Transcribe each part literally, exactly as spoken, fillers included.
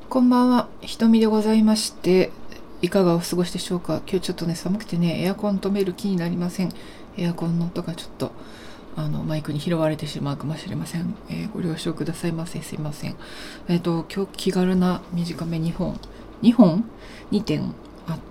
こんばんは、ひとみでございまして、いかがお過ごしでしょうか。今日ちょっとね、寒くてね、エアコン止める気になりません。エアコンの音がちょっと、あの、マイクに拾われてしまうかもしれません。えーご了承くださいませ。すいません。えっ、と、今日気軽な短めにほん、にほん ?に 点あって、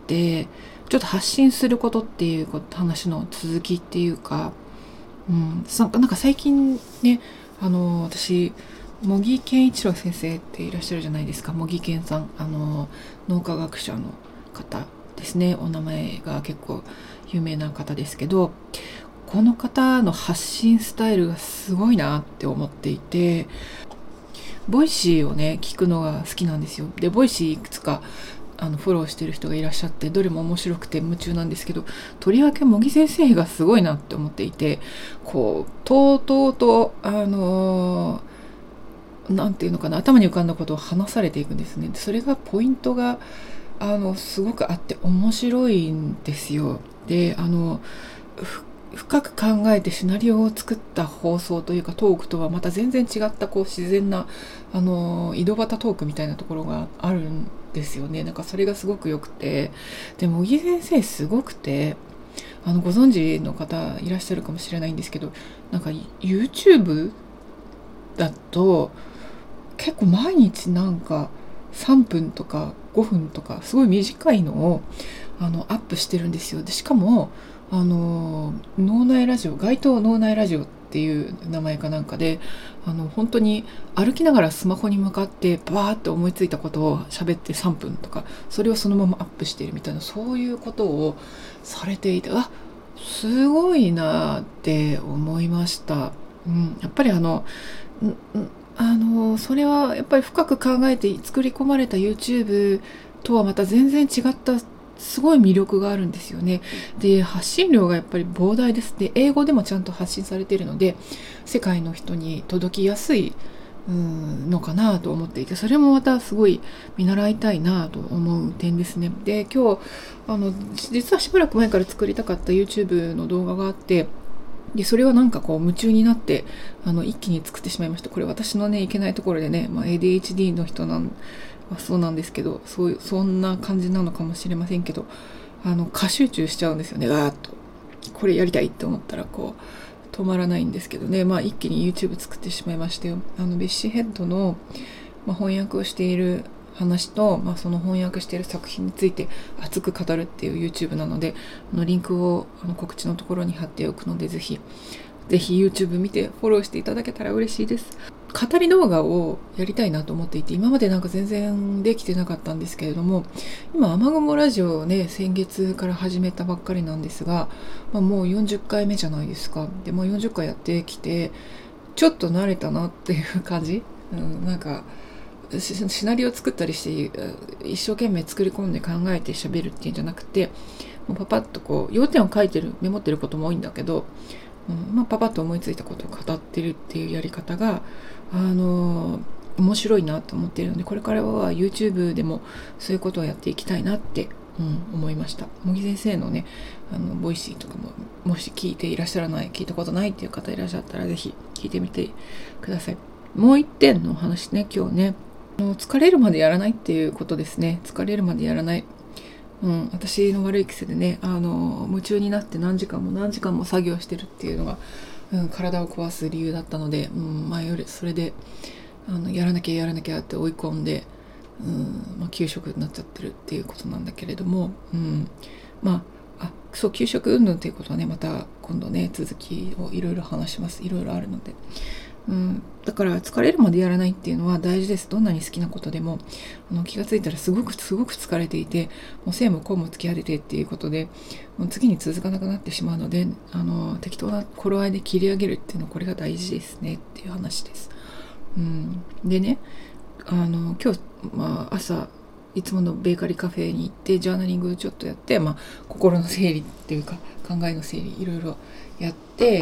ちょっと発信することっていうこと話の続きっていうか、うん、なんかなんか最近ね、あの、私、茂木健一郎先生っていらっしゃるじゃないですか。茂木健さん、あの脳科学者の方ですね。お名前が結構有名な方ですけど、この方の発信スタイルがすごいなって思っていて、ボイシーをね聞くのが好きなんですよ。でボイシーいくつかあのフォローしてる人がいらっしゃって、どれも面白くて夢中なんですけど、とりわけ茂木先生がすごいなって思っていて、こうとうとうとあのーなんていうのかな、頭に浮かんだことを話されていくんですね。それがポイントがあのすごくあって面白いんですよ。で、あの深く考えてシナリオを作った放送というかトークとはまた全然違ったこう自然なあの井戸端トークみたいなところがあるんですよね。なんかそれがすごく良くて、で茂木先生すごくて、あのご存知の方いらっしゃるかもしれないんですけど、なんか YouTube だと結構毎日なんかさんぷんとかごふんとかすごい短いのをあのアップしてるんですよ。でしかもあの脳内ラジオ、街頭脳内ラジオっていう名前かなんかで、あの本当に歩きながらスマホに向かってバーって思いついたことを喋ってさんぷんとか、それをそのままアップしているみたいな、そういうことをされていて、あ、すごいなって思いました。うん、やっぱりあのあのそれはやっぱり深く考えて作り込まれた YouTube とはまた全然違ったすごい魅力があるんですよね。で、発信量がやっぱり膨大です。で、英語でもちゃんと発信されているので、世界の人に届きやすいうんのかなと思っていて、それもまたすごい見習いたいなと思う点ですね。で、今日あの実はしばらく前から作りたかった YouTube の動画があって、でそれはなんかこう夢中になってあの一気に作ってしまいました。これ私のねいけないところでね、まあ、エーディーエイチディー の人なんはそうなんですけど、そういうそんな感じなのかもしれませんけど、あの過集中しちゃうんですよね。ガーッとこれやりたいって思ったらこう止まらないんですけどね、まあ一気に YouTube 作ってしまいましたよ。あのベッシーヘッドの、まあ、翻訳をしている話と、まあ、その翻訳している作品について熱く語るっていう YouTube なので、あのリンクをあの告知のところに貼っておくので、ぜひぜひ YouTube 見てフォローしていただけたら嬉しいです。語り動画をやりたいなと思っていて、今までなんか全然できてなかったんですけれども、今雨雲ラジオをね先月から始めたばっかりなんですが、まあ、もうよんじゅっかいめじゃないですか。で、まあ、よんじゅっかいやってきてちょっと慣れたなっていう感じ、うん、なんかシナリオを作ったりして一生懸命作り込んで考えて喋るっていうんじゃなくて、もうパパッとこう要点を書いてるメモってることも多いんだけど、うんまあ、パパッと思いついたことを語ってるっていうやり方があの面白いなと思っているので、これからは YouTube でもそういうことをやっていきたいなって、うん、思いました。茂木先生のねあのボイシーとかももし聞いていらっしゃらない聞いたことないっていう方いらっしゃったらぜひ聞いてみてください。もう一点の話ね、今日ね、疲れるまでやらないっていうことですね。疲れるまでやらない、うん、私の悪い癖でね、あの夢中になって何時間も何時間も作業してるっていうのが、うん、体を壊す理由だったので、うん、前よりそれであのやらなきゃやらなきゃって追い込んで、うんまあ、休職になっちゃってるっていうことなんだけれども、うん、まああそう休職云々っていうことはね、また今度ね続きをいろいろ話します。いろいろあるので。うん、だから疲れるまでやらないっていうのは大事です。どんなに好きなことでもあの気がついたらすごくすごく疲れていて、もう生も根も突き果ててっていうことでもう次に続かなくなってしまうので、あの適当な頃合いで切り上げるっていうのはこれが大事ですねっていう話です。うん、でね、あの今日、まあ、朝いつものベーカリーカフェに行ってジャーナリングちょっとやって、まあ、心の整理っていうか考えの整理いろいろやって、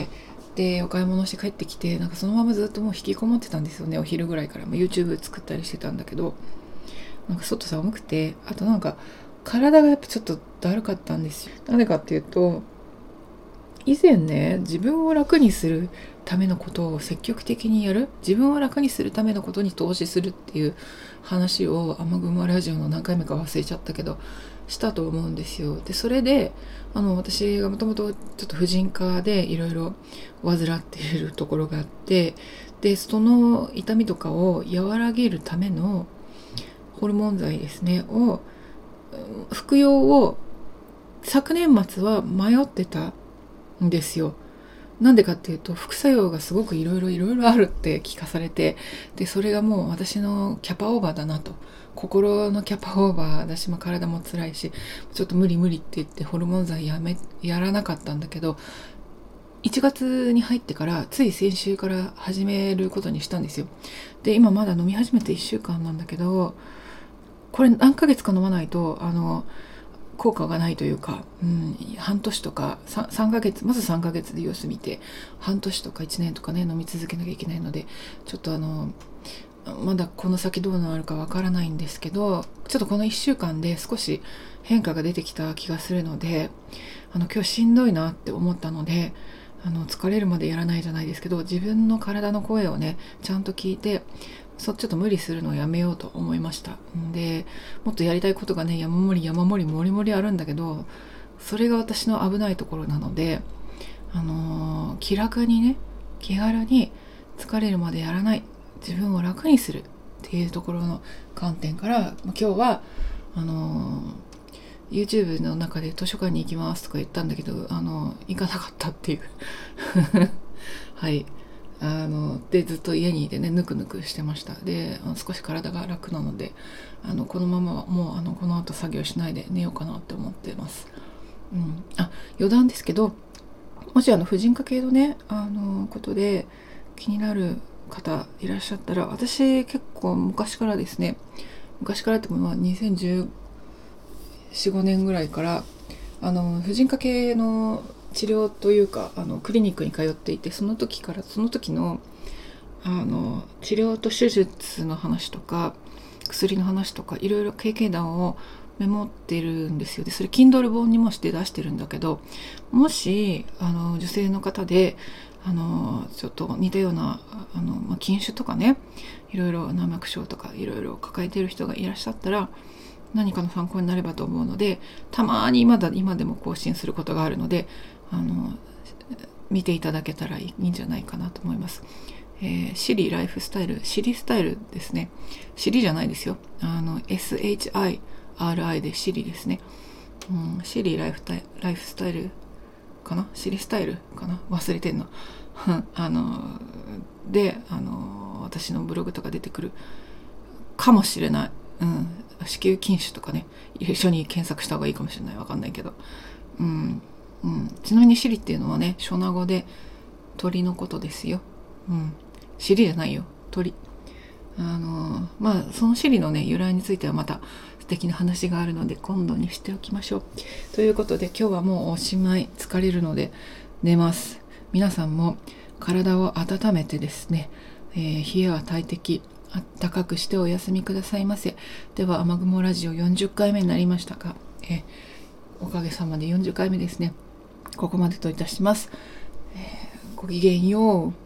でお買い物して帰ってきて、なんかそのままずっともう引きこもってたんですよね。お昼ぐらいから、まあ、YouTube 作ったりしてたんだけど、なんか外寒くて、あとなんか体がやっぱちょっとだるかったんですよ。なぜかっていうと以前ね、自分を楽にするためのことを積極的にやる、自分を楽にするためのことに投資するっていう話を雨雲ラジオの何回目か忘れちゃったけどしたと思うんですよ。でそれであの私がもともとちょっと婦人科でいろいろ患っているところがあって、でその痛みとかを和らげるためのホルモン剤ですねを服用を昨年末は迷ってたんですよ。なんでかっていうと副作用がすごくいろいろいろいろあるって聞かされて、でそれがもう私のキャパオーバーだなと、心のキャパオーバーだし、まあ、体も辛いしちょっと無理無理って言ってホルモン剤やめやらなかったんだけど、いちがつに入ってからつい先週から始めることにしたんですよ。で今まだ飲み始めていっしゅうかんなんだけど、これ何ヶ月か飲まないとあの効果がないというか、うん、半年とか 3, 3ヶ月まずさんかげつで様子見て半年とかいちねんとかね飲み続けなきゃいけないので、ちょっとあのまだこの先どうなるかわからないんですけど、ちょっとこのいっしゅうかんで少し変化が出てきた気がするので、あの今日しんどいなって思ったので、あの疲れるまでやらないじゃないですけど、自分の体の声をねちゃんと聞いて、そちょっと無理するのをやめようと思いました。でもっとやりたいことがね山盛り山盛りもりもりあるんだけど、それが私の危ないところなので、あのー、気楽にね気軽に疲れるまでやらない、自分を楽にするっていうところの観点から今日はあのー、YouTube の中で図書館に行きますとか言ったんだけど、あの行かなかったっていうはいあのでずっと家にいてねぬくぬくしてました。で少し体が楽なので、あのこのままもうあのこの後作業しないで寝ようかなって思ってます。うん、あ余談ですけど、もしあの婦人科系のねあのことで気になる方いらっしゃったら、私結構昔からですね、昔からってものはにせんじゅうよん、ごねんぐらいからあの婦人科系の治療というかあのクリニックに通っていて、その時からその時のあの治療と手術の話とか薬の話とかいろいろ経験談をメモってるんですよ。でそれ Kindle 本にもして出してるんだけど、もしあの女性の方であのちょっと似たようなあの、まあ、筋腫とかね、いろいろ内膜症とかいろいろ抱えている人がいらっしゃったら何かの参考になればと思うので、たまにまだ今でも更新することがあるので、あの見ていただけたらいいんじゃないかなと思います。えー、シリライフスタイル、シリスタイルですね。シリじゃないですよ。あの エスエイチアイアールアイ でシリですね。うん、シリライフタイライフスタイルかな、シリスタイルかな、忘れてんのあのであの私のブログとか出てくるかもしれない。うん、子宮筋腫とかね一緒に検索した方がいいかもしれない。わかんないけど、うんうん、ちなみにシリっていうのはねショナ語で鳥のことですよ。うん、シリじゃないよ、鳥。あのまあそのシリのね由来についてはまた素敵な話があるので今度にしておきましょう。ということで今日はもうおしまい。疲れるので寝ます。皆さんも体を温めてですね、えー、冷えは大敵、あったかくしてお休みくださいませ。では雨雲ラジオよんじゅっかいめになりましたが、えー、おかげさまでよんじゅっかいめですね。ここまでといたします。えー、ごきげんよう。